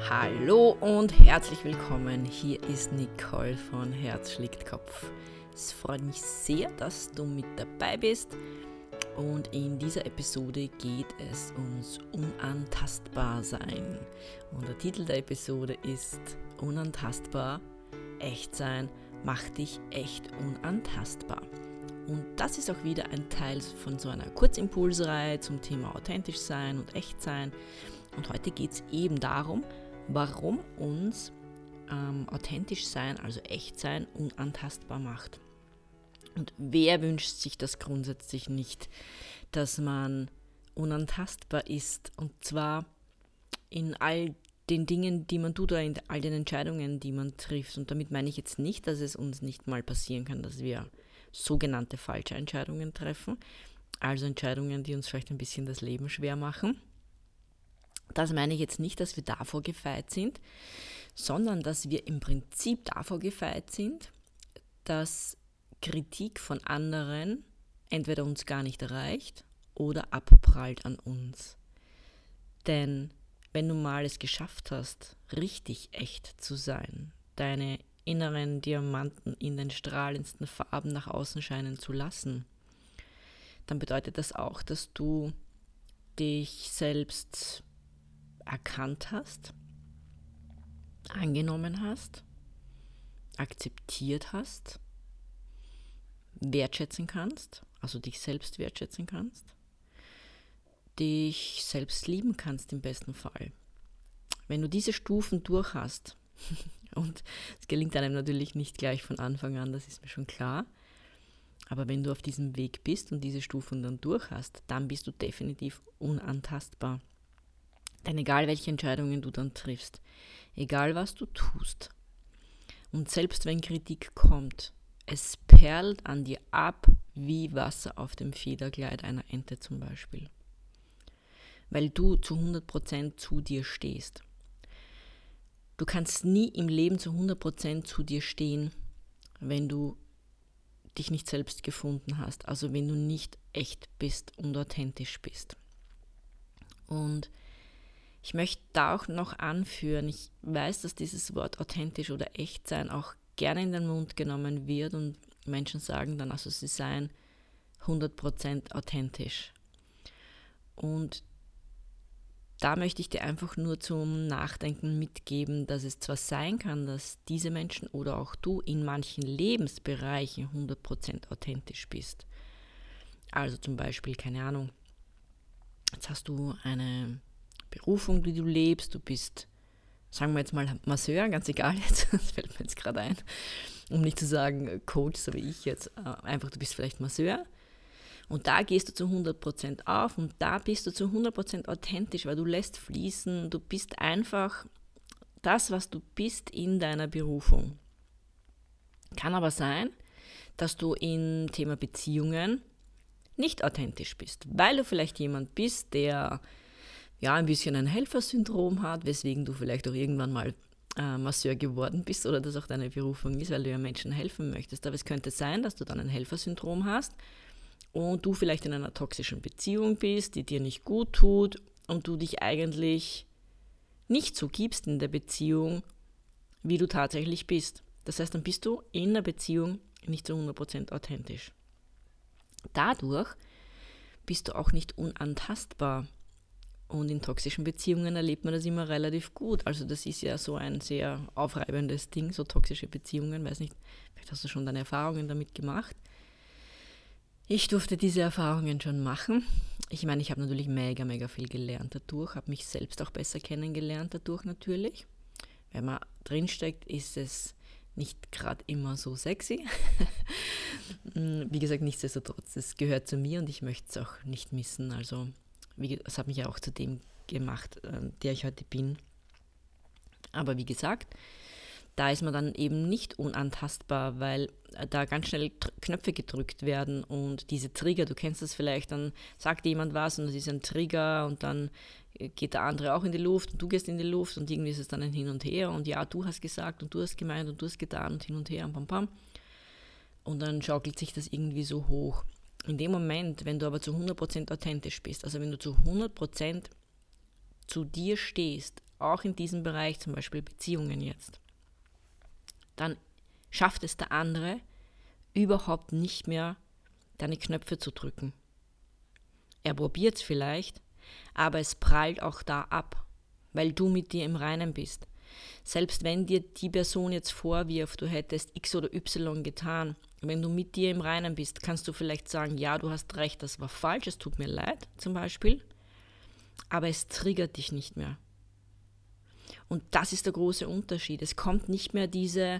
Hallo und herzlich willkommen. Hier ist Nicole von Herz schlägt Kopf. Es freut mich sehr, dass du mit dabei bist. Und in dieser Episode geht es ums Unantastbarsein. Und der Titel der Episode ist Unantastbar, echt sein, macht dich echt unantastbar. Und das ist auch wieder ein Teil von so einer Kurzimpulsreihe zum Thema authentisch sein und echt sein. Und heute geht es eben darum, warum uns authentisch sein, also echt sein, unantastbar macht. Und wer wünscht sich das grundsätzlich nicht, dass man unantastbar ist? Und zwar in all den Dingen, die man tut oder in all den Entscheidungen, die man trifft. Und damit meine ich jetzt nicht, dass es uns nicht mal passieren kann, dass wir sogenannte falsche Entscheidungen treffen. Also Entscheidungen, die uns vielleicht ein bisschen das Leben schwer machen. Das meine ich jetzt nicht, dass wir davor gefeit sind, sondern dass wir im Prinzip davor gefeit sind, dass Kritik von anderen entweder uns gar nicht erreicht oder abprallt an uns. Denn wenn du mal es geschafft hast, richtig echt zu sein, deine inneren Diamanten in den strahlendsten Farben nach außen scheinen zu lassen, dann bedeutet das auch, dass du dich selbst erkannt hast, angenommen hast, akzeptiert hast, wertschätzen kannst, also dich selbst wertschätzen kannst, dich selbst lieben kannst im besten Fall. Wenn du diese Stufen durch hast, und es gelingt einem natürlich nicht gleich von Anfang an, das ist mir schon klar, aber wenn du auf diesem Weg bist und diese Stufen dann durch hast, dann bist du definitiv unantastbar. Denn egal welche Entscheidungen du dann triffst, egal was du tust, und selbst wenn Kritik kommt, es perlt an dir ab wie Wasser auf dem Federkleid einer Ente zum Beispiel. Weil du zu 100% zu dir stehst. Du kannst nie im Leben zu 100% zu dir stehen, wenn du dich nicht selbst gefunden hast, also wenn du nicht echt bist und authentisch bist. Und ich möchte da auch noch anführen, ich weiß, dass dieses Wort authentisch oder echt sein auch gerne in den Mund genommen wird und Menschen sagen dann, also sie seien 100% authentisch. Und da möchte ich dir einfach nur zum Nachdenken mitgeben, dass es zwar sein kann, dass diese Menschen oder auch du in manchen Lebensbereichen 100% authentisch bist. Also zum Beispiel, keine Ahnung, jetzt hast du eine Berufung, die du lebst, du bist, sagen wir jetzt mal Masseur, ganz egal jetzt, das fällt mir jetzt gerade ein, um nicht zu sagen Coach, so wie ich jetzt, einfach du bist vielleicht Masseur und da gehst du zu 100% auf und da bist du zu 100% authentisch, weil du lässt fließen, du bist einfach das, was du bist in deiner Berufung. Kann aber sein, dass du im Thema Beziehungen nicht authentisch bist, weil du vielleicht jemand bist, der ein bisschen ein Helfersyndrom hat, weswegen du vielleicht auch irgendwann mal Masseur geworden bist oder das auch deine Berufung ist, weil du ja Menschen helfen möchtest. Aber es könnte sein, dass du dann ein Helfersyndrom hast und du vielleicht in einer toxischen Beziehung bist, die dir nicht gut tut und du dich eigentlich nicht so gibst in der Beziehung, wie du tatsächlich bist. Das heißt, dann bist du in der Beziehung nicht zu 100% authentisch. Dadurch bist du auch nicht unantastbar. Und in toxischen Beziehungen erlebt man das immer relativ gut. Also das ist ja so ein sehr aufreibendes Ding, so toxische Beziehungen. Weiß nicht, vielleicht hast du schon deine Erfahrungen damit gemacht. Ich durfte diese Erfahrungen schon machen. Ich meine, ich habe natürlich mega viel gelernt dadurch, habe mich selbst auch besser kennengelernt dadurch natürlich. Wenn man drinsteckt, ist es nicht gerade immer so sexy. Wie gesagt, nichtsdestotrotz, es gehört zu mir und ich möchte es auch nicht missen. Also es hat mich ja auch zu dem gemacht, der ich heute bin. Aber wie gesagt, da ist man dann eben nicht unantastbar, weil da ganz schnell Knöpfe gedrückt werden und diese Trigger, du kennst das vielleicht, dann sagt jemand was und das ist ein Trigger und dann geht der andere auch in die Luft und du gehst in die Luft und irgendwie ist es dann ein Hin und Her und ja, du hast gesagt und du hast gemeint und du hast getan und hin und her und pam pam. Und dann schaukelt sich das irgendwie so hoch. In dem Moment, wenn du aber zu 100% authentisch bist, also wenn du zu 100% zu dir stehst, auch in diesem Bereich, zum Beispiel Beziehungen jetzt, dann schafft es der andere überhaupt nicht mehr, deine Knöpfe zu drücken. Er probiert es vielleicht, aber es prallt auch da ab, weil du mit dir im Reinen bist. Selbst wenn dir die Person jetzt vorwirft, du hättest X oder Y getan, wenn du mit dir im Reinen bist, kannst du vielleicht sagen, ja, du hast recht, das war falsch, es tut mir leid, zum Beispiel, aber es triggert dich nicht mehr. Und das ist der große Unterschied. Es kommt nicht mehr dieses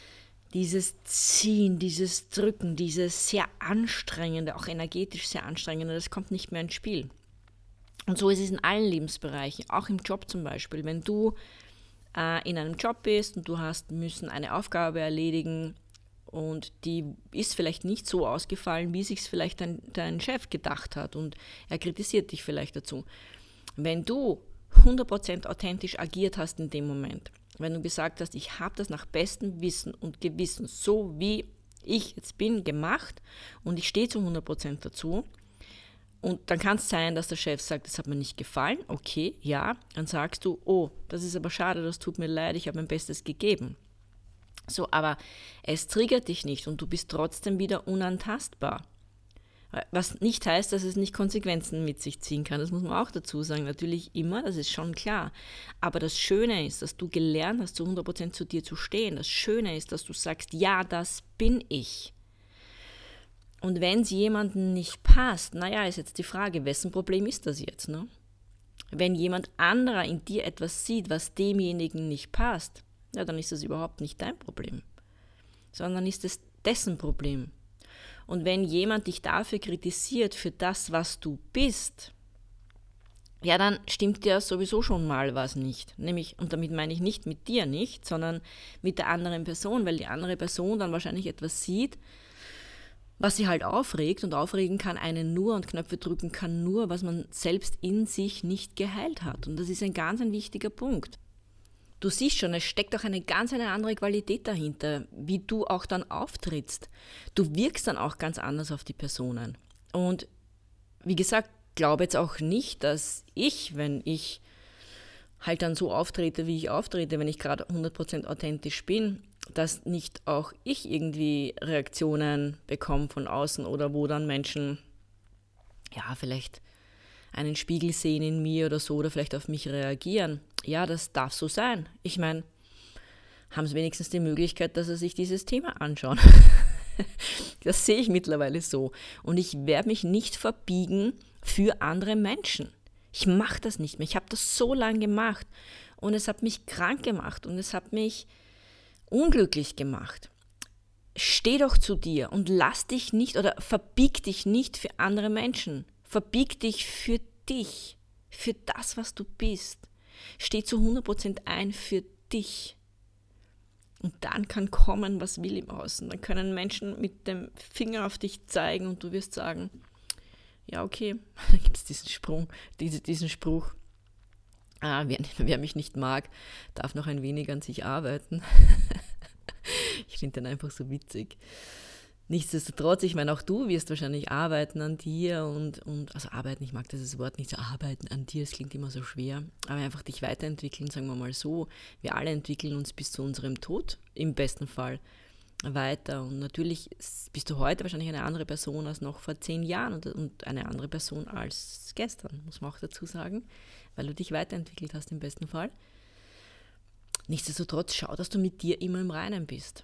Ziehen, dieses Drücken, dieses sehr anstrengende, auch energetisch sehr anstrengende, das kommt nicht mehr ins Spiel. Und so ist es in allen Lebensbereichen, auch im Job zum Beispiel. Wenn du in einem Job bist und du müssen eine Aufgabe erledigen und die ist vielleicht nicht so ausgefallen, wie sich es vielleicht dein Chef gedacht hat und er kritisiert dich vielleicht dazu. Wenn du 100% authentisch agiert hast in dem Moment, wenn du gesagt hast, ich habe das nach bestem Wissen und Gewissen, so wie ich jetzt bin, gemacht und ich stehe zu 100% dazu, und dann kann es sein, dass der Chef sagt, das hat mir nicht gefallen, okay, ja, dann sagst du, oh, das ist aber schade, das tut mir leid, ich habe mein Bestes gegeben. So, aber es triggert dich nicht und du bist trotzdem wieder unantastbar. Was nicht heißt, dass es nicht Konsequenzen mit sich ziehen kann, das muss man auch dazu sagen, natürlich immer, das ist schon klar. Aber das Schöne ist, dass du gelernt hast, zu 100% zu dir zu stehen. Das Schöne ist, dass du sagst, ja, das bin ich. Und wenn es jemandem nicht passt, naja, ist jetzt die Frage, wessen Problem ist das jetzt? Ne? Wenn jemand anderer in dir etwas sieht, was demjenigen nicht passt, ja, dann ist das überhaupt nicht dein Problem, sondern ist es dessen Problem. Und wenn jemand dich dafür kritisiert, für das, was du bist, ja, dann stimmt ja sowieso schon mal was nicht. Nämlich, und damit meine ich nicht mit dir nicht, sondern mit der anderen Person, weil die andere Person dann wahrscheinlich etwas sieht, was sie halt aufregt, und aufregen kann einen nur und Knöpfe drücken kann nur, was man selbst in sich nicht geheilt hat. Und das ist ein ganz wichtiger Punkt. Du siehst schon, es steckt auch eine ganz andere Qualität dahinter, wie du auch dann auftrittst. Du wirkst dann auch ganz anders auf die Personen. Und wie gesagt, glaube jetzt auch nicht, dass ich, wenn ich halt dann so auftrete, wie ich auftrete, wenn ich gerade 100% authentisch bin, dass nicht auch ich irgendwie Reaktionen bekomme von außen oder wo dann Menschen, ja, vielleicht einen Spiegel sehen in mir oder so oder vielleicht auf mich reagieren. Ja, das darf so sein. Ich meine, haben sie wenigstens die Möglichkeit, dass sie sich dieses Thema anschauen. Das sehe ich mittlerweile so. Und ich werde mich nicht verbiegen für andere Menschen. Ich mache das nicht mehr. Ich habe das so lange gemacht und es hat mich krank gemacht und es hat mich unglücklich gemacht. Steh doch zu dir und lass dich nicht oder verbieg dich nicht für andere Menschen. Verbieg dich für dich, für das, was du bist. Steh zu 100% ein für dich. Und dann kann kommen, was will im Außen. Dann können Menschen mit dem Finger auf dich zeigen und du wirst sagen, ja, okay, da gibt es diesen Spruch, wer mich nicht mag, darf noch ein wenig an sich arbeiten. Ich finde den einfach so witzig. Nichtsdestotrotz, ich meine, auch du wirst wahrscheinlich arbeiten an dir und also arbeiten, ich mag dieses Wort nicht so, arbeiten an dir, es klingt immer so schwer, aber einfach dich weiterentwickeln, sagen wir mal so. Wir alle entwickeln uns bis zu unserem Tod, im besten Fall, weiter. Und natürlich bist du heute wahrscheinlich eine andere Person als noch vor 10 Jahren und eine andere Person als gestern, muss man auch dazu sagen, weil du dich weiterentwickelt hast im besten Fall. Nichtsdestotrotz, schau, dass du mit dir immer im Reinen bist.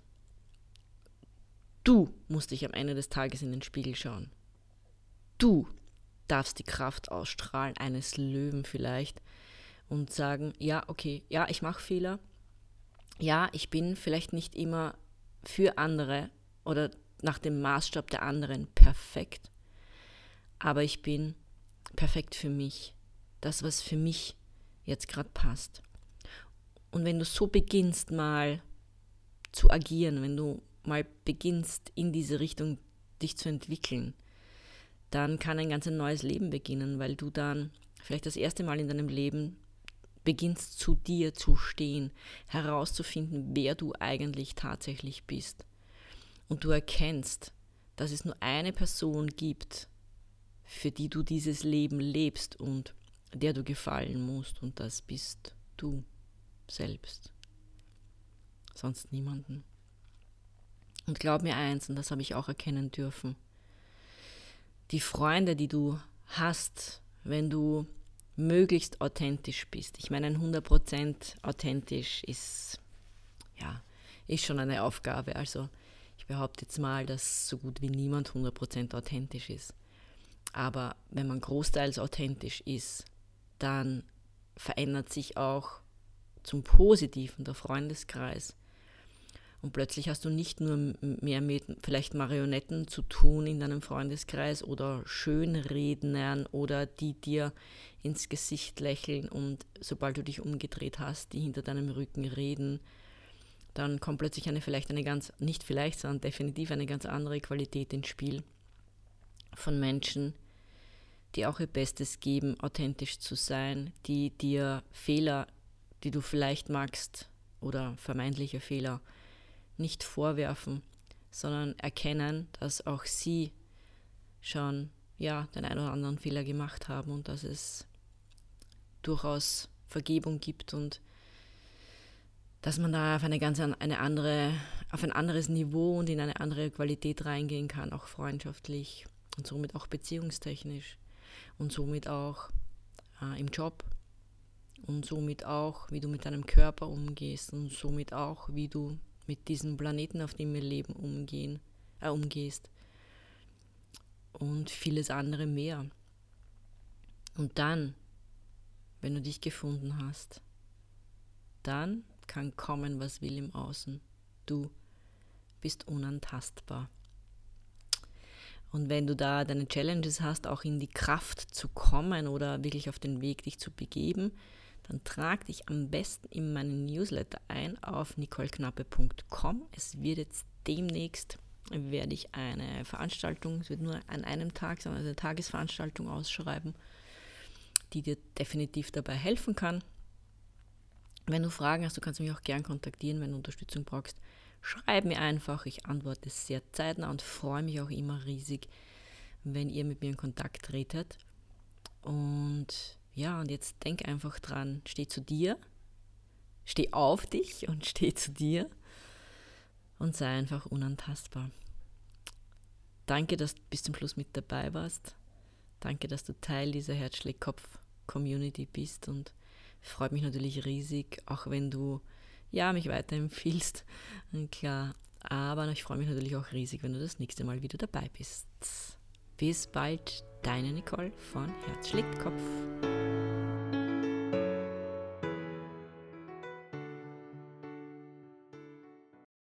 Du musst dich am Ende des Tages in den Spiegel schauen. Du darfst die Kraft ausstrahlen eines Löwen vielleicht und sagen, ja, okay, ja, ich mache Fehler. Ja, ich bin vielleicht nicht immer für andere oder nach dem Maßstab der anderen perfekt, aber ich bin perfekt für mich. Das, was für mich jetzt gerade passt. Und wenn du so beginnst mal zu agieren, wenn du mal beginnst, in diese Richtung dich zu entwickeln, dann kann ein ganz neues Leben beginnen, weil du dann vielleicht das erste Mal in deinem Leben beginnst, zu dir zu stehen, herauszufinden, wer du eigentlich tatsächlich bist. Und du erkennst, dass es nur eine Person gibt, für die du dieses Leben lebst und der du gefallen musst, und das bist Du selbst. Sonst niemanden. Und glaub mir eins, und das habe ich auch erkennen dürfen, die Freunde, die du hast, wenn du möglichst authentisch bist. Ich meine, ein 100% authentisch ist schon eine Aufgabe. Also ich behaupte jetzt mal, dass so gut wie niemand 100% authentisch ist. Aber wenn man großteils authentisch ist, dann verändert sich auch zum Positiven der Freundeskreis. Und plötzlich hast du nicht nur mehr mit vielleicht Marionetten zu tun in deinem Freundeskreis oder Schönrednern oder die dir ins Gesicht lächeln und sobald du dich umgedreht hast, die hinter deinem Rücken reden, dann kommt plötzlich sondern definitiv eine ganz andere Qualität ins Spiel von Menschen, die auch ihr Bestes geben, authentisch zu sein, die dir Fehler, die du vielleicht magst oder vermeintliche Fehler, nicht vorwerfen, sondern erkennen, dass auch sie schon den einen oder anderen Fehler gemacht haben und dass es durchaus Vergebung gibt und dass man da auf ein anderes Niveau und in eine andere Qualität reingehen kann, auch freundschaftlich und somit auch beziehungstechnisch und somit auch im Job und somit auch, wie du mit deinem Körper umgehst und somit auch, wie du mit diesem Planeten, auf dem wir leben, umgehst und vieles andere mehr. Und dann, wenn du dich gefunden hast, dann kann kommen, was will im Außen. Du bist unantastbar. Und wenn du da deine Challenges hast, auch in die Kraft zu kommen oder wirklich auf den Weg dich zu begeben, dann trag dich am besten in meinen Newsletter ein auf nicoleknappe.com. Es wird jetzt demnächst, werde ich eine Veranstaltung, es wird nur an einem Tag, sondern eine Tagesveranstaltung ausschreiben, die dir definitiv dabei helfen kann. Wenn du Fragen hast, du kannst mich auch gern kontaktieren, wenn du Unterstützung brauchst. Schreib mir einfach, ich antworte sehr zeitnah und freue mich auch immer riesig, wenn ihr mit mir in Kontakt tretet. Und jetzt denk einfach dran, steh zu dir, steh auf dich und steh zu dir und sei einfach unantastbar. Danke, dass du bis zum Schluss mit dabei warst. Danke, dass du Teil dieser Herzschlägkopf-Community bist und freut mich natürlich riesig, auch wenn du mich weiterempfiehlst. Klar, aber ich freue mich natürlich auch riesig, wenn du das nächste Mal wieder dabei bist. Bis bald, deine Nicole von Herzschlägkopf.